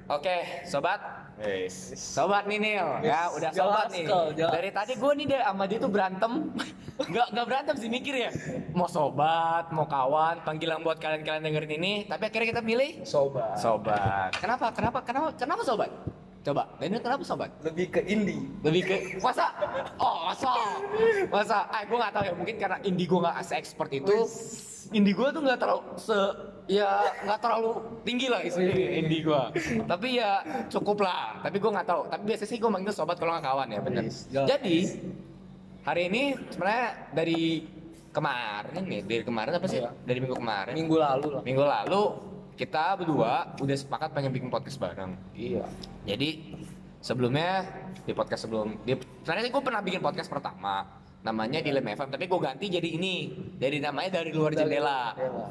Oke, sobat. Yes. Sobat nih Nil, ya udah sobat nih. Dari tadi gue nih deh sama dia tuh berantem. Nggak berantem sih, mikir ya. Mau sobat, mau kawan, panggilan buat kalian dengerin ini. Tapi akhirnya kita pilih Sobat. sobat. Kenapa sobat? Coba, Daniel kenapa sobat? Lebih ke indie. Lebih ke masa? Oh masa? Gue nggak tahu ya, mungkin karena indie gue nggak se-expert itu. Indie gue tuh nggak terlalu nggak terlalu tinggi lah istilahnya indie gue. Tapi ya cukup lah. Tapi gue nggak tahu. Tapi biasanya sih gue manggil sobat kalau nggak kawan ya, bener. Jadi hari ini sebenarnya dari kemarin apa sih? Dari minggu kemarin. Minggu lalu lah. Minggu lalu kita berdua udah sepakat pengen bikin podcast bareng. Iya. Jadi sebelumnya sebenarnya gue pernah bikin podcast pertama namanya Dilema FM, tapi gue ganti jadi ini, dari namanya dari luar jendela.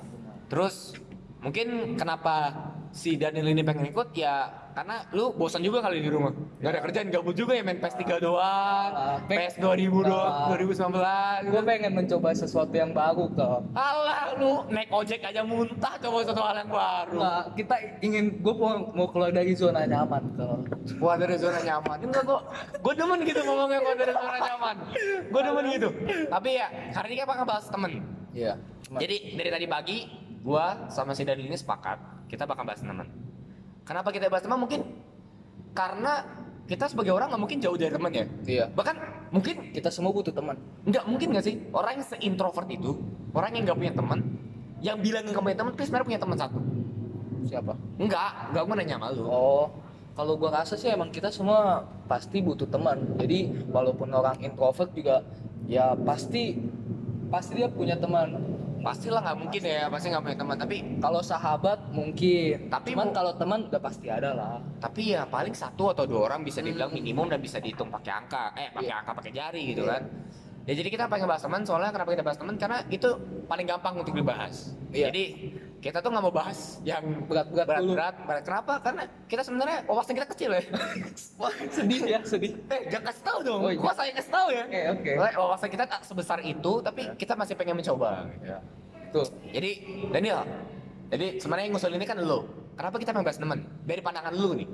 Terus mungkin kenapa si Daniel ini pengen ikut ya karena lu bosan juga kali di rumah, nggak ada kerjaan, gabut juga ya, main PS 3 doang, PS 2000 doang, 2019. Gue pengen mencoba sesuatu yang baru kok. Alah, lu naik ojek aja muntah coba sesuatu hal yang baru. Nah, kita gue mau keluar dari zona nyaman kok. Keluar dari zona nyaman. Enggak, gue demen gitu ngomongnya, keluar dari zona nyaman. Gue demen gitu. Tapi ya hari ini kita bakal bahas temen. Iya. Jadi dari tadi pagi gue sama si Daniel ini sepakat kita bakal bahas teman. Kenapa kita bahas teman? Mungkin karena kita sebagai orang nggak mungkin jauh dari teman ya. Iya. Bahkan mungkin Kita semua butuh teman. nggak mungkin nggak sih orang yang se-introvert itu, orang yang nggak punya teman, yang bilang nggak punya teman, tapi sebenarnya punya teman satu. Siapa? Enggak gue nanya sama lu. Oh, kalau gue rasa sih emang kita semua pasti butuh teman. Jadi walaupun orang introvert juga ya pasti dia punya teman. Pastilah nggak mungkin ya, pasti nggak punya teman. Tapi Kalau sahabat mungkin, Tapi cuman kalau teman udah pasti ada lah. ya paling satu atau dua orang bisa dibilang minimum dan bisa dihitung pakai angka, pakai jari gitu kan. Ya jadi kita pengen bahas teman, soalnya kenapa kita bahas teman? Karena itu paling gampang untuk dibahas. Iya. Jadi kita tuh nggak mau bahas yang Berat-berat dulu. Kenapa? Karena kita sebenarnya wawasan kita kecil ya. Wah, Sedih ya, sedih. jangan kasih tahu dong. Oh, iya. Gua saya kasih tahu ya. Oke. Wawasan kita tak sebesar itu, tapi kita masih pengen mencoba. Ya. Tuh. Jadi Daniel, sebenarnya yang ngusul ini kan lo. Kenapa kita pengen bahas teman? Dari pandangan lu nih.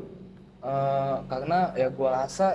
Karena ya gua rasa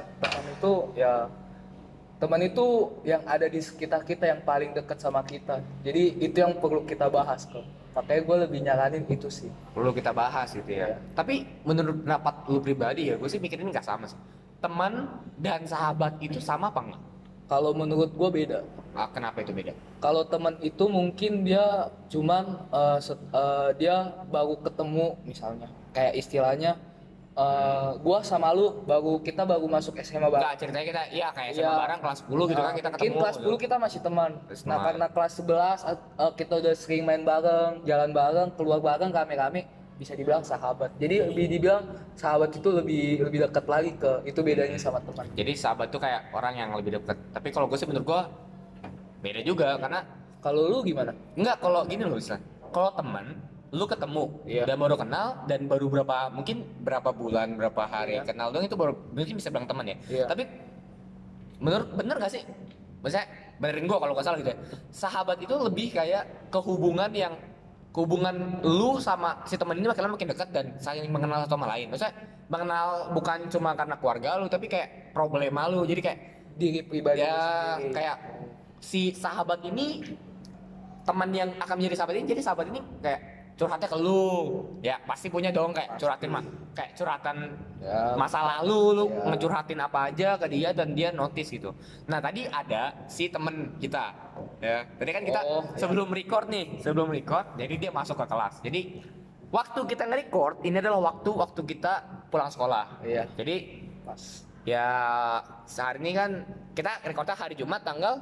teman itu yang ada di sekitar kita yang paling dekat sama kita. Jadi itu yang perlu kita bahas kok. Makanya gue lebih nyaranin itu sih. Perlu kita bahas gitu ya. Tapi menurut pendapat lu pribadi ya, gue sih mikirin nggak sama sih. Teman dan sahabat itu sama apa enggak? Kalau menurut gue beda. Kenapa itu beda? Kalau teman itu mungkin dia cuman dia baru ketemu misalnya. Kayak istilahnya gua sama lu kita baru masuk SMA bareng. Enggak, ceritanya kita kayak SMA bareng kelas 10 gitu kan kita ketemu. Mungkin kelas 10 kita masih teman. Masih Nah, teman. karena kelas 11 kita udah sering main bareng, jalan bareng, keluar bareng rame-rame, bisa dibilang sahabat. Jadi lebih dibilang sahabat itu lebih dekat lagi itu bedanya sama teman. Jadi sahabat tuh kayak orang yang lebih dekat. Tapi kalau gue sih menurut gue beda juga, karena Kalau lu gimana? enggak, kalau gini loh Islan. Kalau teman lu ketemu dan baru kenal dan baru berapa bulan, berapa hari kenal dong, itu baru mungkin bisa bilang teman ya. Tapi bener gak sih? Maksudnya benerin gua kalau gak salah gitu ya. Sahabat itu lebih kayak hubungan lu sama si teman ini makin dekat dan saling mengenal satu sama lain. Maksudnya mengenal bukan cuma karena keluarga lu, tapi kayak problema lu. Jadi kayak Diri pribadi lu sendiri. kayak si sahabat ini, teman yang akan menjadi sahabat ini, jadi sahabat ini kayak curhatnya ke lu, ya pasti punya dong kayak curhatan masa lalu, lu ngecurhatin apa aja ke dia dan dia notice gitu. Nah tadi ada si temen kita, ya tadi kan kita sebelum record, jadi dia masuk ke kelas. Jadi waktu kita nge-record ini adalah waktu kita pulang sekolah. Iya. Jadi Pas. ya sehari ini kan kita recordnya hari Jumat tanggal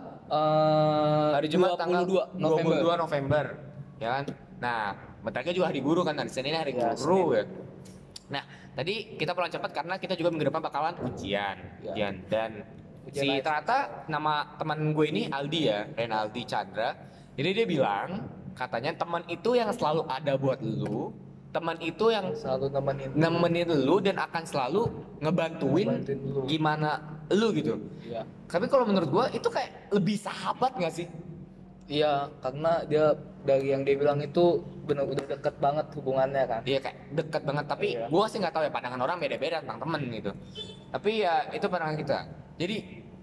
22 November, ya kan. Nah, bentar lagi juga hari guru kan, hari Senin hari guru ya. Nah, tadi kita pulang cepat karena kita juga minggu depan bakalan ujian. Dan ternyata nama teman gue ini Aldi ya, Renaldi Chandra. Jadi dia bilang katanya teman itu yang selalu ada buat lu, teman itu yang selalu nemenin lu dan akan selalu ngebantuin lu. gimana lu gitu. Iya. Tapi kalau menurut gua itu kayak lebih sahabat nggak sih? Iya, karena dia dari yang dia bilang itu benar udah deket banget hubungannya kan. Iya kayak dekat banget, tapi Iya. gua sih nggak tahu ya, pandangan orang beda-beda tentang temen gitu. Tapi ya itu pandangan kita. Jadi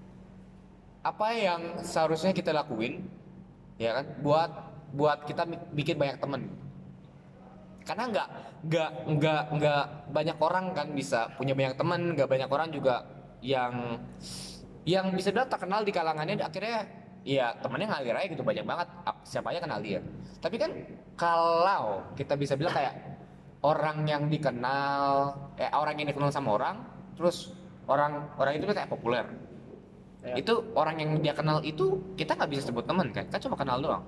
apa yang seharusnya kita lakuin ya kan, buat buat kita bikin banyak temen. Karena nggak banyak orang kan bisa punya banyak temen, nggak banyak orang juga yang bisa bilang terkenal di kalangannya, akhirnya ya temennya ngalir aja gitu, banyak banget siapa aja kenal dia. Tapi kan kalau kita bisa bilang kayak orang yang dikenal, orang yang dikenal sama orang, terus orang orang itu kan kayak populer, Ya. itu orang yang dia kenal itu kita nggak bisa sebut teman kan cuma kenal doang.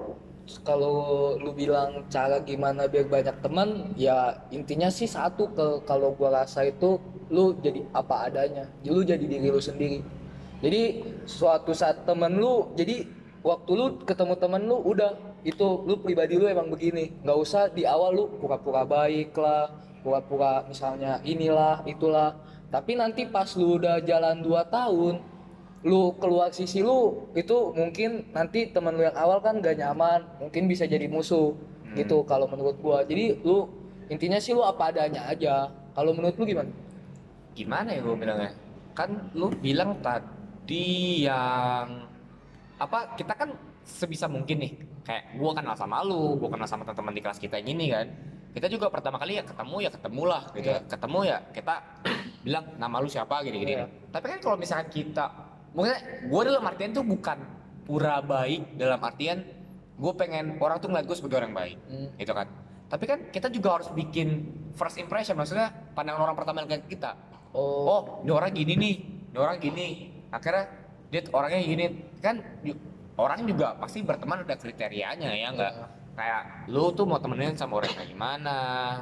Kalau lu bilang cara gimana biar banyak teman, ya intinya sih satu, kalau gua rasa itu lu jadi apa adanya. Lu jadi diri lu sendiri. Jadi suatu saat temen lu, jadi waktu lu ketemu temen lu udah itu lu pribadi lu emang begini. Nggak usah di awal lu pura-pura baik lah, pura-pura misalnya inilah itulah. Tapi nanti pas lu udah jalan 2 tahun, lu keluar sisi lu itu mungkin nanti temen lu yang awal kan gak nyaman, mungkin bisa jadi musuh gitu kalau menurut gua. Jadi lu intinya sih lu apa adanya aja. Kalau menurut lu gimana? Gimana ya gue bilangnya, kan lu bilang tadi yang apa, kita kan sebisa mungkin nih, kayak gua kenal sama lu, gua kenal sama teman-teman di kelas kita yang ini kan, kita juga pertama kali ya ketemu lah gitu ya, Iya. ketemu ya kita bilang nama lu siapa gini-gini Iya. nih. Tapi kan kalau misalkan kita mungkin, gua dalam artian tuh bukan pura baik, dalam artian gue pengen orang tuh ngeliat gue sebagai orang baik gitu kan. Tapi kan kita juga harus bikin first impression, maksudnya pandangan orang pertama yang lihat kita, Oh, oh ini orang gini nih, ini orang gini, akhirnya dia orangnya gini kan. Orang juga pasti berteman ada kriterianya ya nggak, kayak lu tuh mau temenin sama orang kayak gimana,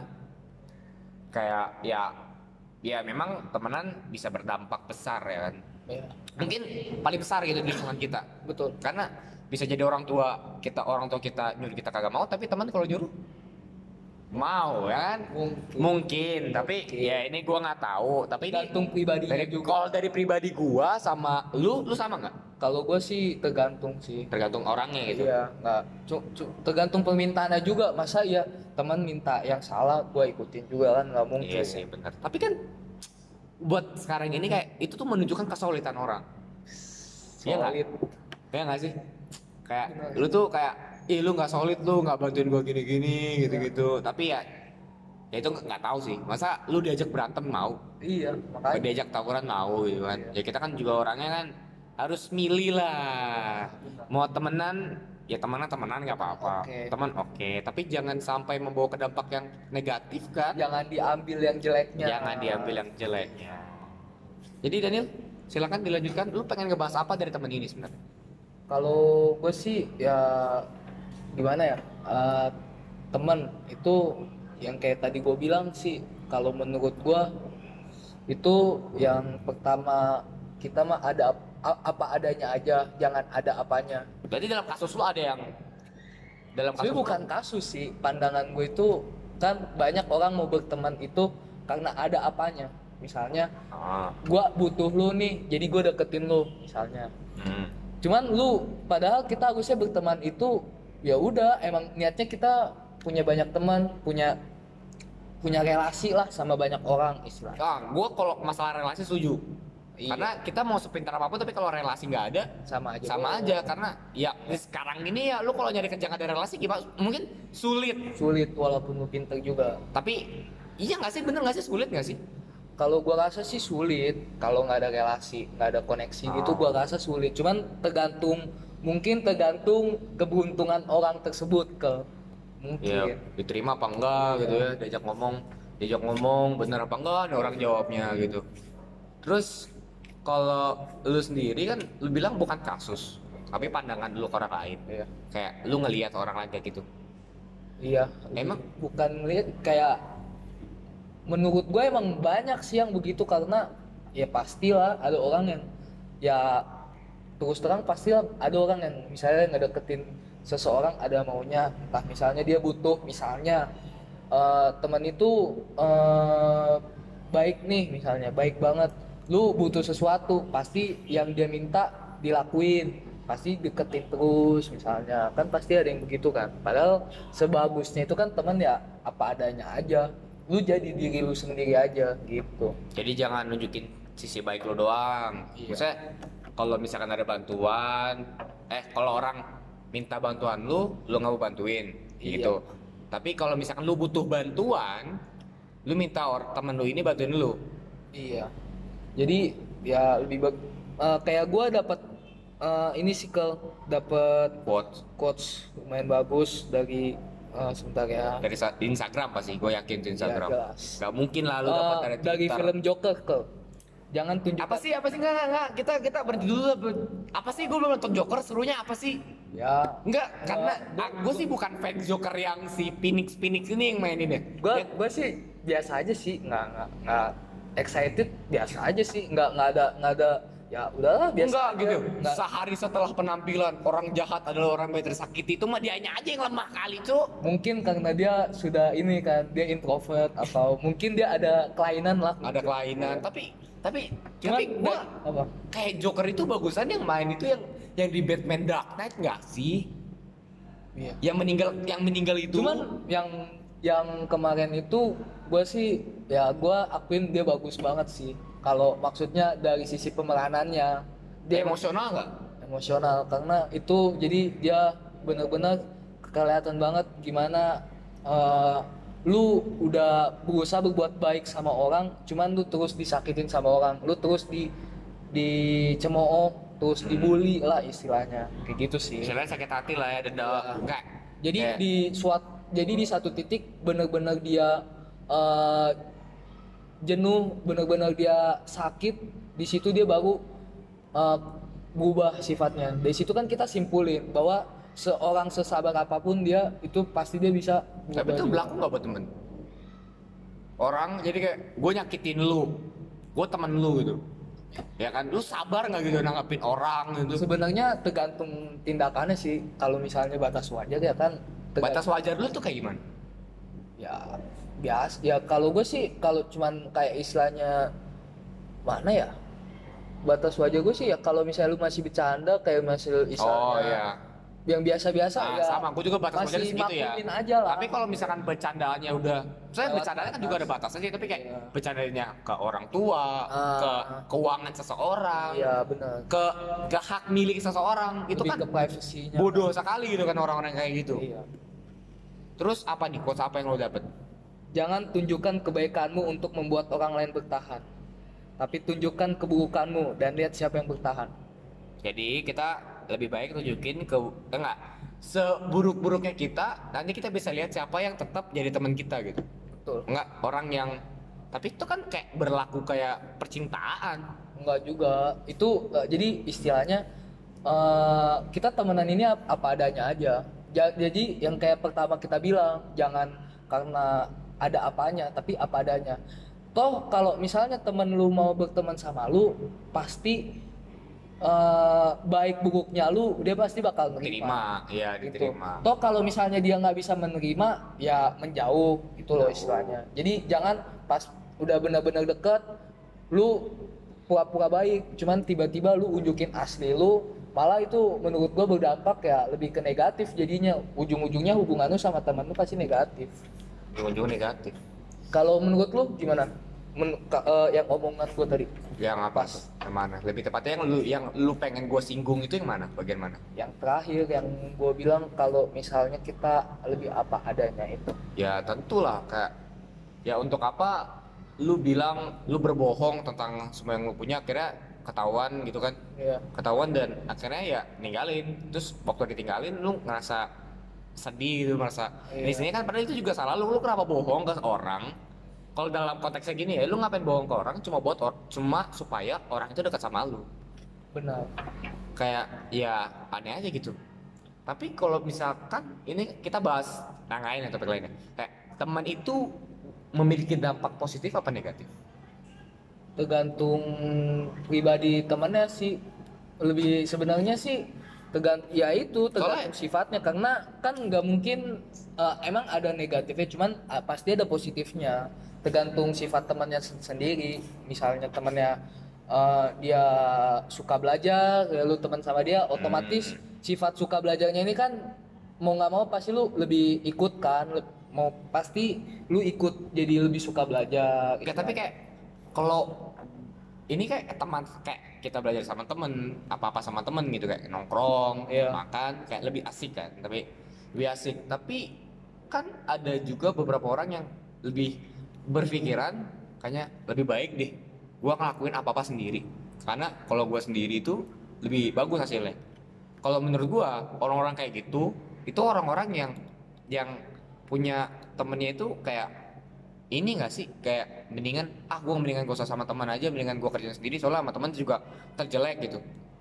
kayak ya memang temenan bisa berdampak besar ya kan, iya, mungkin paling besar gitu di lingkungan kita, betul. karena bisa jadi orang tua kita nyuruh kita kagak mau, tapi teman kalau nyuruh mau ya kan. Mungkin tapi ya ini gua nggak tahu, tapi ini Tergantung pribadinya dari juga. kalau dari pribadi gua sama lu sama nggak? Kalau gue sih tergantung sih. Tergantung orangnya gitu. Iya, nggak. Tergantung permintaannya juga. Masa ya teman minta yang salah, gue ikutin juga kan nggak mungkin. Iya sih benar, tapi kan buat sekarang ini kayak itu tuh menunjukkan kesolidan orang. Iya nggak? Solid. Iya nggak sih, kayak lu tuh kayak ih lu nggak solid, lu nggak bantuin gua gini-gini gitu-gitu. Tapi ya itu nggak tahu sih, masa lu diajak berantem mau, Iya, makanya. diajak tawuran mau gitu kan. Ya kita kan juga orangnya kan harus milih lah, mau temenan ya temenan nggak apa-apa, Oke. teman oke, tapi jangan sampai membawa ke dampak yang negatif kan. Jangan diambil yang jeleknya. Jangan diambil yang jeleknya. Jadi Daniel, silakan dilanjutkan. Lu pengen ngebahas apa dari temen ini sebenarnya? Kalau gue sih ya gimana ya, teman itu yang kayak tadi gue bilang sih, kalau menurut gue itu yang pertama, kita mah ada apa adanya aja, jangan ada apanya. Berarti dalam kasus lu ada yang dalam Tapi kasus bukan kasus sih, pandangan gue itu kan banyak orang mau berteman itu karena ada apanya. Misalnya gue butuh lu nih, jadi gue deketin lu misalnya. Cuman lu, padahal kita harusnya berteman itu ya udah emang niatnya kita punya banyak teman, punya relasi lah sama banyak orang istilahnya. gue kalau masalah relasi setuju. Iya. Karena kita mau sepintar apapun, tapi kalau relasi nggak ada, Sama aja. sama aja. Karena ya sekarang ini ya lu kalau nyari kerja nggak ada relasi gimana? Mungkin sulit. Sulit walaupun lu pinter juga. Tapi iya nggak sih, bener nggak sih, sulit nggak sih? Kalau gua rasa sih sulit, kalau nggak ada relasi, nggak ada koneksi gitu, gua rasa sulit. Cuman mungkin tergantung keberuntungan orang tersebut ke mungkin. Ya diterima apa enggak gitu ya, diajak ngomong bener apa enggak nih orang jawabnya gitu. Terus kalau lu sendiri kan lu bilang bukan kasus, tapi pandangan lu ke orang lain. Iya. Kayak lu ngelihat orang lain kayak gitu. Iya. Emang? Bukan lihat kayak, menurut gue emang banyak sih yang begitu, karena ya pastilah ada orang yang ya terus terang pastilah ada orang yang misalnya ngedeketin seseorang ada maunya, entah misalnya dia butuh, misalnya teman itu baik nih, misalnya baik banget, lu butuh sesuatu pasti yang dia minta dilakuin. pasti deketin terus misalnya, kan pasti ada yang begitu kan. Padahal sebagusnya itu kan teman ya apa adanya aja, lu jadi diri lu sendiri aja gitu. Jadi jangan nunjukin sisi baik lo doang. Iya. Maksudnya kalau misalkan ada bantuan, kalau orang minta bantuan lu nggak mau bantuin, Iya. gitu. Tapi kalau misalkan lu butuh bantuan, lu minta temen lu ini bantuin lu. Iya. Jadi ya lebih kayak gua dapat ini sih dapat Quotes quotes lumayan bagus dari sebentar ya. dari di Instagram pasti, gue yakin di Instagram. Ya, jelas. Gak mungkin lah lu dapat Dari Twitter. film Joker jangan tunjukkan Apa sih enggak kita berhenti dulu. Apa sih, gue belum nonton Joker, serunya apa sih? ya. Enggak, karena gue sih bukan fans Joker yang si Phoenix ini yang mainin ya. Gua sih biasa aja sih, nggak excited, biasa aja sih, nggak ada ya udahlah biasa Enggak aja. gitu. Nggak. Sehari setelah penampilan orang jahat adalah orang yang tersakiti, itu mah dianya aja yang lemah kali, Cuk. Mungkin karena dia sudah ini kan, dia introvert atau mungkin dia ada kelainan lah. Ada kelainan, tapi Cuman gua apa? kayak Joker itu bagusan yang main itu yang di Batman Dark Knight enggak sih? Iya. Yang meninggal itu. Cuman yang kemarin itu gue sih ya gue akuin dia bagus banget sih. Kalau maksudnya dari sisi pemeranannya dia emosional nggak? emosional, karena itu jadi dia benar-benar kelihatan banget gimana lu udah berusaha berbuat baik sama orang, cuman lu terus disakitin sama orang, lu terus dicemooh, terus dibully lah istilahnya, kayak gitu sih. Misalnya sakit hati lah ya, dendam. Enggak. Jadi Kayak- jadi di satu titik benar-benar dia jenuh, benar-benar dia sakit, di situ dia baru berubah sifatnya. Dari situ kan kita simpulin bahwa seorang sesabar apapun dia itu pasti dia bisa Tapi itu juga. berlaku nggak buat temen? Orang jadi kayak gue nyakitin lu, gue temen lu gitu. Ya kan, lu sabar nggak gitu nanggapin orang gitu? Sebenarnya tergantung tindakannya sih. Kalau misalnya batas wajar ya kan Batas wajar lu tuh kayak gimana? ya biasa ya. Kalau gue sih kalau cuman kayak istilahnya mana ya, batas wajar gue sih ya kalau misalnya lu masih bercanda kayak masih istilahnya Oh iya. yang biasa-biasa Nah, ya sama, gue juga batas wajar masih segitu ya. maklumin aja lah. Tapi kalau misalkan bercandaannya udah, saya Lewat bercandanya kan juga ada batasnya sih, tapi kayak Iya. bercandanya ke orang tua, ke keuangan seseorang, Iya benar, ke hak milik seseorang, itu lebih kan ke privasinya. bodoh sekali gitu kan orang-orang kayak gitu. Iya. Terus apa nih, quotes apa yang lo dapet? Jangan tunjukkan kebaikanmu untuk membuat orang lain bertahan, tapi tunjukkan keburukanmu dan lihat siapa yang bertahan. Jadi kita lebih baik tunjukin enggak seburuk-buruknya kita, nanti kita bisa lihat siapa yang tetap jadi teman kita gitu. Betul. Enggak orang yang, tapi itu kan kayak berlaku kayak percintaan. Enggak juga. Itu jadi istilahnya kita temenan ini apa adanya aja. Jadi yang kayak pertama kita bilang, jangan karena ada apanya, tapi apa adanya. Toh kalau misalnya temen lu mau berteman sama lu, pasti baik buruknya lu dia pasti bakal Diterima, iya gitu. diterima. Toh kalau misalnya dia nggak bisa menerima, ya menjauh gitu loh istilahnya. Jadi jangan pas udah benar-benar deket, lu pura-pura baik, cuman tiba-tiba lu unjukin asli lu, malah itu menurut gua berdampak ya lebih ke negatif jadinya. Ujung-ujungnya hubungan lu sama teman lu pasti negatif. Ujung-ujung negatif. Kalau menurut lu gimana? Yang omongan gua tadi. Yang apa? Yang mana? Lebih tepatnya yang lu pengen gue singgung itu yang mana? Bagian mana? Yang terakhir yang gua bilang kalau misalnya kita lebih apa adanya itu. Ya tentulah kayak, ya untuk apa lu bilang lu berbohong tentang semua yang lu punya, akhirnya ketahuan gitu kan? Iya. Ketahuan dan akhirnya ya ninggalin. Terus waktu ditinggalin lu ngerasa sedih gitu, merasa Iya. di sini kan padahal itu juga salah lu kenapa bohong ke orang? Kalau dalam konteksnya gini ya, lu ngapain bohong ke orang cuma supaya orang itu dekat sama lu. Benar. Kayak ya aneh aja gitu. Tapi kalau misalkan ini kita bahas nangain atau topik lainnya, kayak teman itu memiliki dampak positif apa negatif? Tergantung pribadi temannya sih, lebih sebenarnya sih tergantung sifatnya, karena kan nggak mungkin emang ada negatifnya, cuman pasti ada positifnya, tergantung sifat temannya sendiri. Misalnya temannya dia suka belajar, lu teman sama dia, otomatis sifat suka belajarnya ini kan mau nggak mau pasti lu lebih ikut kan, mau pasti lu ikut jadi lebih suka belajar. Enggak, tapi kayak kalau ini kayak teman, kayak kita belajar sama temen, apa-apa sama temen gitu, kayak nongkrong, Iya. makan, kayak lebih asik kan. Tapi lebih asik, tapi kan ada juga beberapa orang yang lebih berpikiran kayaknya lebih baik deh gua ngelakuin apa-apa sendiri. Karena kalau gua sendiri itu lebih bagus hasilnya. Kalau menurut gua, orang-orang kayak gitu itu orang-orang yang punya temennya itu kayak ini nggak sih, kayak mendingan gak usah sama teman aja, mendingan gua kerja sendiri soalnya sama teman juga terjelek gitu.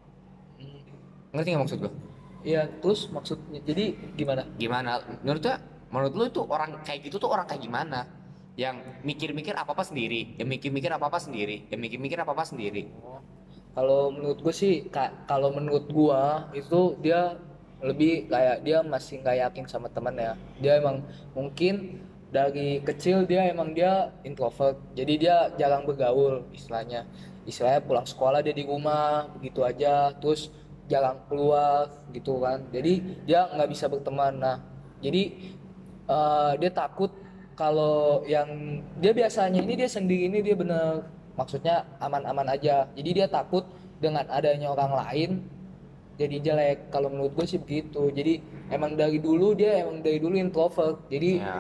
Ngerti nggak maksud gua? Iya, terus maksudnya jadi gimana? Gimana menurut lu itu orang kayak gitu tuh orang kayak gimana, yang mikir-mikir apa-apa sendiri, yang mikir-mikir apa-apa sendiri, yang mikir-mikir apa-apa sendiri. Kalau menurut gue sih, kalau menurut gua itu dia lebih kayak dia masih nggak yakin sama temannya. Dia emang mungkin dari kecil dia introvert, jadi dia jarang bergaul istilahnya. Istilahnya pulang sekolah dia di rumah begitu aja, terus jarang keluar gitu kan. Jadi dia nggak bisa berteman. Nah, jadi dia takut kalau yang dia biasanya ini dia sendiri ini dia bener maksudnya aman-aman aja, jadi dia takut dengan adanya orang lain jadi jelek. Kalau menurut gue sih begitu. Jadi emang dari dulu introvert, jadi Ya,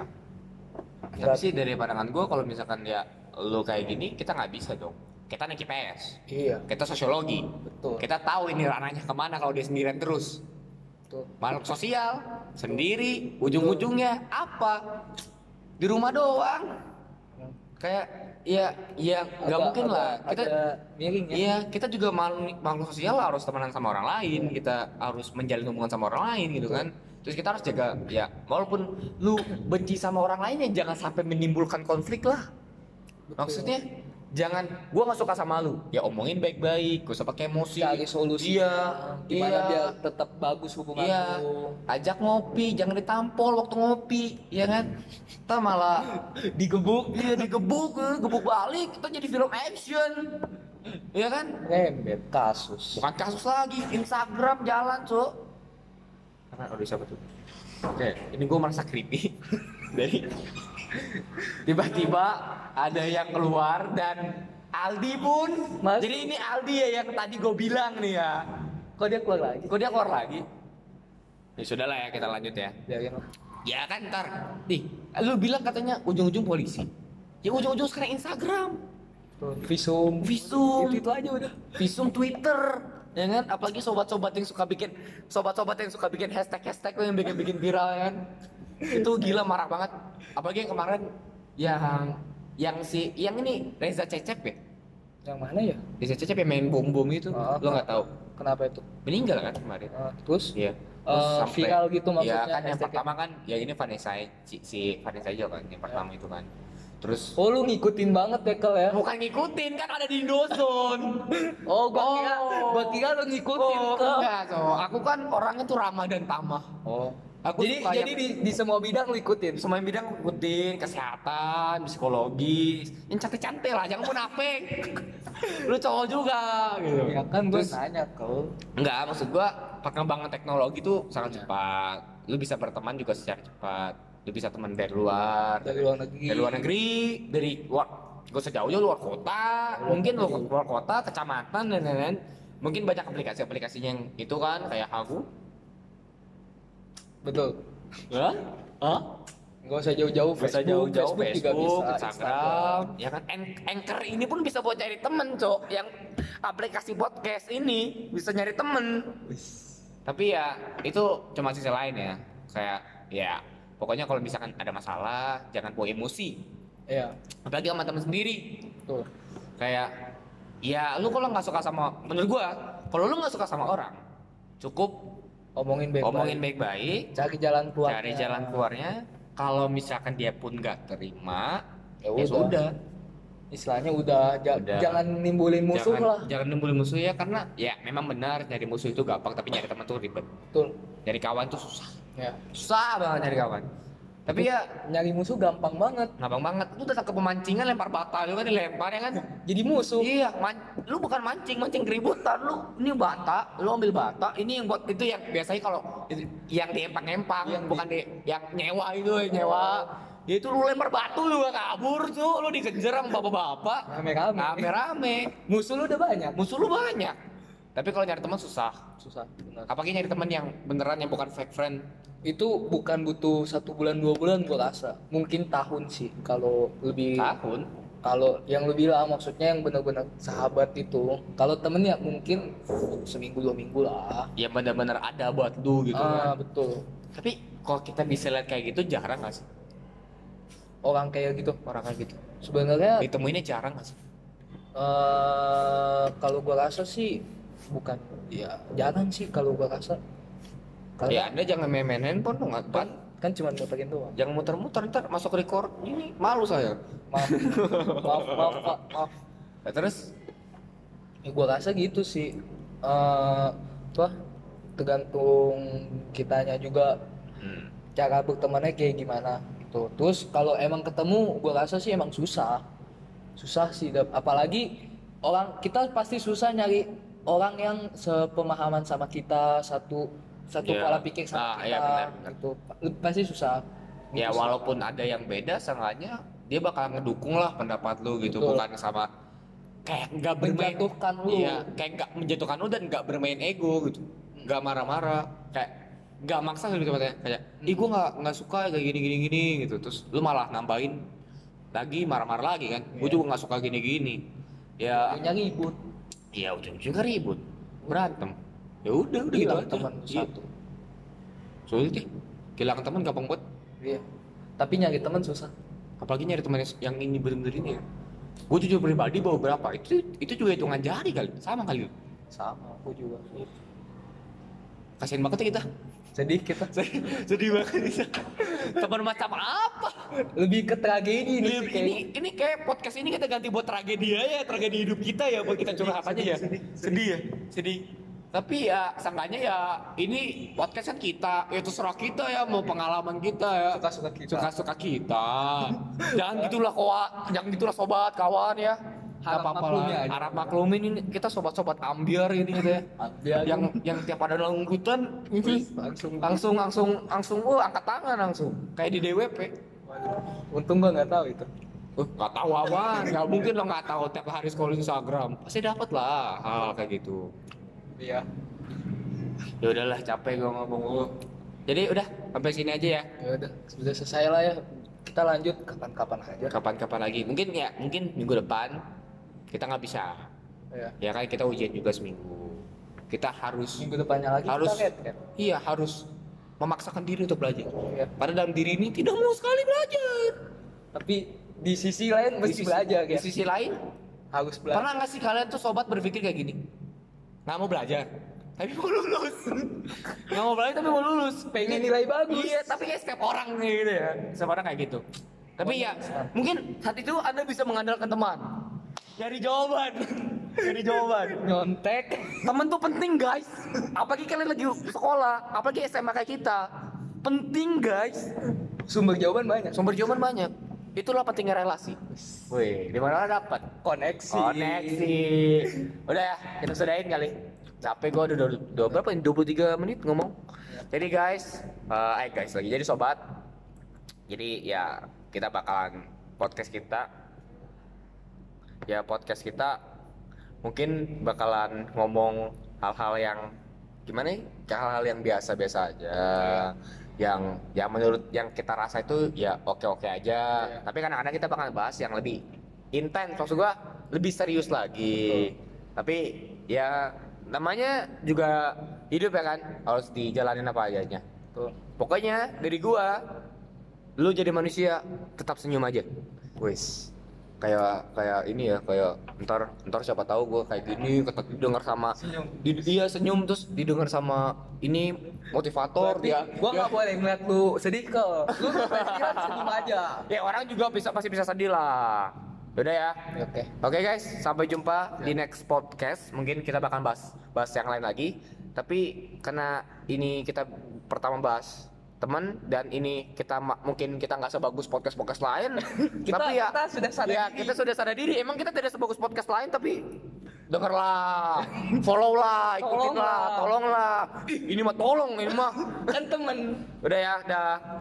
tapi sih dari pandangan gue kalau misalkan ya lu kayak gini, kita nggak bisa dong. Kita nih IPS, iya kita sosiologi, betul kita tahu ini ranahnya kemana kalau dia sendirian terus. betul. Makhluk sosial sendiri, ujung-ujungnya apa, di rumah doang. Kayak ya nggak mungkin lah kita. agak miring ya. Iya, kita juga makhluk sosial, harus temenan sama orang lain, kita harus menjalin hubungan sama orang lain gitu kan. Terus kita harus jaga, ya walaupun lu benci sama orang lain ya jangan sampai menimbulkan konflik lah. Maksudnya jangan, gua nggak suka sama lu, ya omongin baik-baik, gak usah pakai emosi. Cari solusi Iya, gimana iya, biar tetap bagus hubungan iya. lu. Ajak ngopi, jangan ditampol waktu ngopi, ya kan? Kita malah digebuk, iya digebuk, gebuk balik, kita jadi film action. Iya kan? Rembet kasus. Bukan kasus lagi, Instagram jalan, Cuk. Karena udah siapa tuh? Oke, ini gue merasa creepy. Dari tiba-tiba ada yang keluar dan Aldi pun. Mas. Jadi ini Aldi ya yang tadi gue bilang nih ya. Kok dia keluar lagi? Kok dia keluar lagi? Ya sudah lah ya, kita lanjut ya. Biarin lah. Ya kan ntar, nih, lu bilang katanya ujung-ujung polisi. Ya ujung-ujung sekarang Instagram, Tuh, visum. visum, Itu aja udah. visum Twitter, ya kan? Apalagi sobat-sobat yang suka bikin hashtag yang bikin viral, ya kan? Itu gila, marah banget. Apalagi yang kemarin yang ini Reza Cecep ya? Yang mana ya? Reza Cecep yang main bom-bom itu, lo nggak tahu? Kenapa itu? Meninggal kan kemarin? Terus Iya. Terus viral gitu maksudnya. Ya kan yang hashtagnya. pertama kan ya ini Vanessa, si Vanessa aja kan yang pertama itu kan. Terus Oh lu ngikutin banget ya Kel ya? bukan ngikutin, kan ada di Indozone. Oh gua kira lu ngikutin Kel. Enggak, so aku kan orangnya tuh ramah dan tamah. Oh. Aku Jadi suka jadi di semua bidang lu ikutin. semua bidang ngikutin, kesehatan, psikologi, yang cantik-cantik lah, jangan munafik. Lu cowok juga gitu. Ya kan gua Terus, nanya Kel. enggak, maksud gua perkembangan teknologi tuh sangat cepat. Lu bisa berteman juga secara cepat. Lu bisa teman dari luar, Dari luar negeri. dari luar, gak sejauhnya luar kota, mungkin luar kota, kecamatan dan lain-lain. Mungkin banyak aplikasi-aplikasinya yang itu kan kayak aku. Betul. Hah? Hah? Gak usah jauh-jauh. Gak usah jauh-jauh, juga Facebook, bisa. Instagram, ya kan? Anchor ini pun bisa buat cari temen, Cok. Yang aplikasi podcast ini bisa nyari temen. Tapi ya itu cuma sisi lain ya. Kayak ya pokoknya kalau misalkan ada masalah jangan bawa emosi. Iya. Apalagi sama temen sendiri. Tuh. Kayak ya lu kalau nggak suka sama, menurut gua kalau lu nggak suka sama orang, cukup Omongin baik-baik, Cari jalan keluar. cari jalan keluarnya. Kalau misalkan dia pun nggak terima, Ya ya udah. sudah. Istilahnya udah. Jangan nimbulin musuh lah. Jangan nimbulin musuh ya, karena ya memang benar nyari musuh itu gampang, tapi nyari teman tuh ribet. Betul. Nyari kawan tuh susah. Ya. Susah banget nyari kawan. Tapi ya nyari musuh gampang banget. gampang banget. Lu datang ke pemancingan lempar bata lu kan dilempar ya kan. Jadi musuh. Iya, lu bukan mancing keributan lu. Ini bata, lu ambil bata. Ini yang buat itu yang biasanya kalau yang diempang-empang, bukan yang nyewa itu, nyewa. Ya itu lu lempar batu lu gak kabur tuh, lu dikejar sama bapak-bapak. Rame-rame. Musuh lu udah banyak. Musuh lu banyak. Tapi kalau nyari teman susah. Benar. Apalagi nyari teman yang beneran yang bukan fake friend. Itu bukan butuh 1 bulan 2 bulan gua rasa. Mungkin tahun sih kalau lebih. Tahun. Kalau yang lu bilang maksudnya yang benar-benar sahabat itu. Kalau temen ya mungkin seminggu 2 minggu lah. Ya benar-benar ada buat lu gitu kan. Betul. Tapi kalau kita bisa lihat kayak gitu jarang gak sih? Orang kayak gitu. Orang kayak gitu. Sebenarnya ditemuinnya jarang gak sih? Kalau gua rasa sih bukan ya jarang sih kalau gua rasa. Ya Anda jangan main handphone dong kan cuma muterin doang. Jangan muter-muter ntar masuk record ini malu saya. Maaf. Ya, terus? Ya gua rasa gitu sih. Tergantung kitanya juga cara bertemannya kayak gimana gitu. Terus kalau emang ketemu gua rasa sih emang susah sih apalagi kita pasti susah nyari orang yang sepemahaman sama kita, satu pola pikir sama kita. Iya, benar. Gitu pasti susah Ya gitu, walaupun ada yang beda seenggaknya dia bakal ngedukung lah pendapat lu gitu. Betul. Bukan sama kayak nggak bermain menjatuhkan lu. Iya, kayak nggak menjatuhkan lu dan nggak bermain ego gitu, nggak marah-marah, kayak nggak maksa gitu katanya, kayak ih gue nggak suka kayak gini gitu, terus lu malah nambahin lagi marah-marah lagi kan, gue juga nggak suka gini ya. Punya ribut. Iya ujung-ujungnya ribut, berantem. Ya udah gitu Hilang aja. teman Iya. satu. Sulit sih, kehilangan teman gampang banget. Iya. Tapi nyari teman susah. Apalagi nyari teman yang ini bener-bener ini ya. Gue jujur pribadi bawa berapa, itu juga hitungan jari kali, sama kali. Sama, aku juga. Kasian banget ya kita. Sedih kita. Sedih banget kita. Teman macam apa? Lebih ke tragedi ini sih kayaknya. Ini kayak podcast ini kita ganti buat tragedi aja, tragedi hidup kita ya, buat kita curhat aja ya. Sedih ya, sedih. Tapi ya seenggaknya ya ini podcast kan kita, ya terserah kita ya mau pengalaman kita ya. Suka-suka kita. Jangan gitulah sobat, kawan ya. Harap maklumin ini kita sobat-sobat ambiar ini gitu ya. Yang tiap ada langgutan langsung angkat tangan langsung kayak di DWP. Untung gua nggak tahu itu. Nggak tahu apaan, nggak mungkin lo nggak tahu tiap hari scroll Instagram pasti dapat lah hal kayak gitu. Iya. Ya udahlah capek gue ngomong lu. Jadi udah sampai sini aja ya. Ya udah, sudah selesai lah ya. Kita lanjut kapan-kapan aja. Kapan-kapan lagi. Mungkin minggu depan kita nggak bisa. Iya. Ya kan kita ujian juga seminggu. Kita harus Minggu depannya lagi harus kita lihat kan. Iya, harus memaksakan diri untuk belajar. Iya. Padahal dalam diri ini tidak mau sekali belajar. Tapi di sisi lain mesti belajar ya. Di sisi lain Harus belajar. pernah nggak sih kalian tuh sobat berpikir kayak gini? Nggak mau belajar, tapi mau lulus. Nggak mau belajar tapi mau lulus. Pengen nilai bagus. Iya, tapi kayak setiap orang nih gitu ya. Setiap orang kayak gitu. Tapi ya, mungkin saat itu Anda bisa mengandalkan teman. Cari jawaban. Nyontek. Teman tuh penting, guys. Apalagi kalian lagi sekolah, apalagi SMA kayak kita. Penting, guys. Sumber jawaban banyak. Itulah pentingnya relasi. Wih, di mana dapat? Koneksi. Udah ya, kita sudahin kali. Capek gua udah berapa ini? 23 menit ngomong. Jadi guys, lagi. Jadi sobat. Jadi ya kita bakalan podcast kita mungkin bakalan ngomong hal-hal yang gimana nih? Hal-hal yang biasa-biasa aja. Yang menurut yang kita rasa itu ya oke aja. Tapi kadang-kadang kita bakal bahas yang lebih intens, maksud gua lebih serius lagi. Tapi ya namanya juga hidup ya kan, harus dijalanin apa adanya. Pokoknya dari gua, lu jadi manusia tetap senyum aja. Wis. Kayak ini ya, kayak ntar siapa tahu gue kayak gini didengar sama senyum terus didengar sama ini motivator. Dia gua nggak boleh ngeliat lu sedih kok. Lu senyum aja. Ya orang juga pasti bisa sedih lah. Udah ya. Oke guys, sampai jumpa di next podcast. Mungkin kita bakal bahas yang lain lagi. Tapi karena ini kita pertama bahas teman, dan ini mungkin kita nggak sebagus podcast lain, tapi kita sudah sadar diri. kita sudah sadar diri. Emang kita tidak sebagus podcast lain, tapi dengarlah, follow lah, ikutin lah, tolonglah. Ih, ini mah tolong, ini mah Kan temen. udah ya, dah.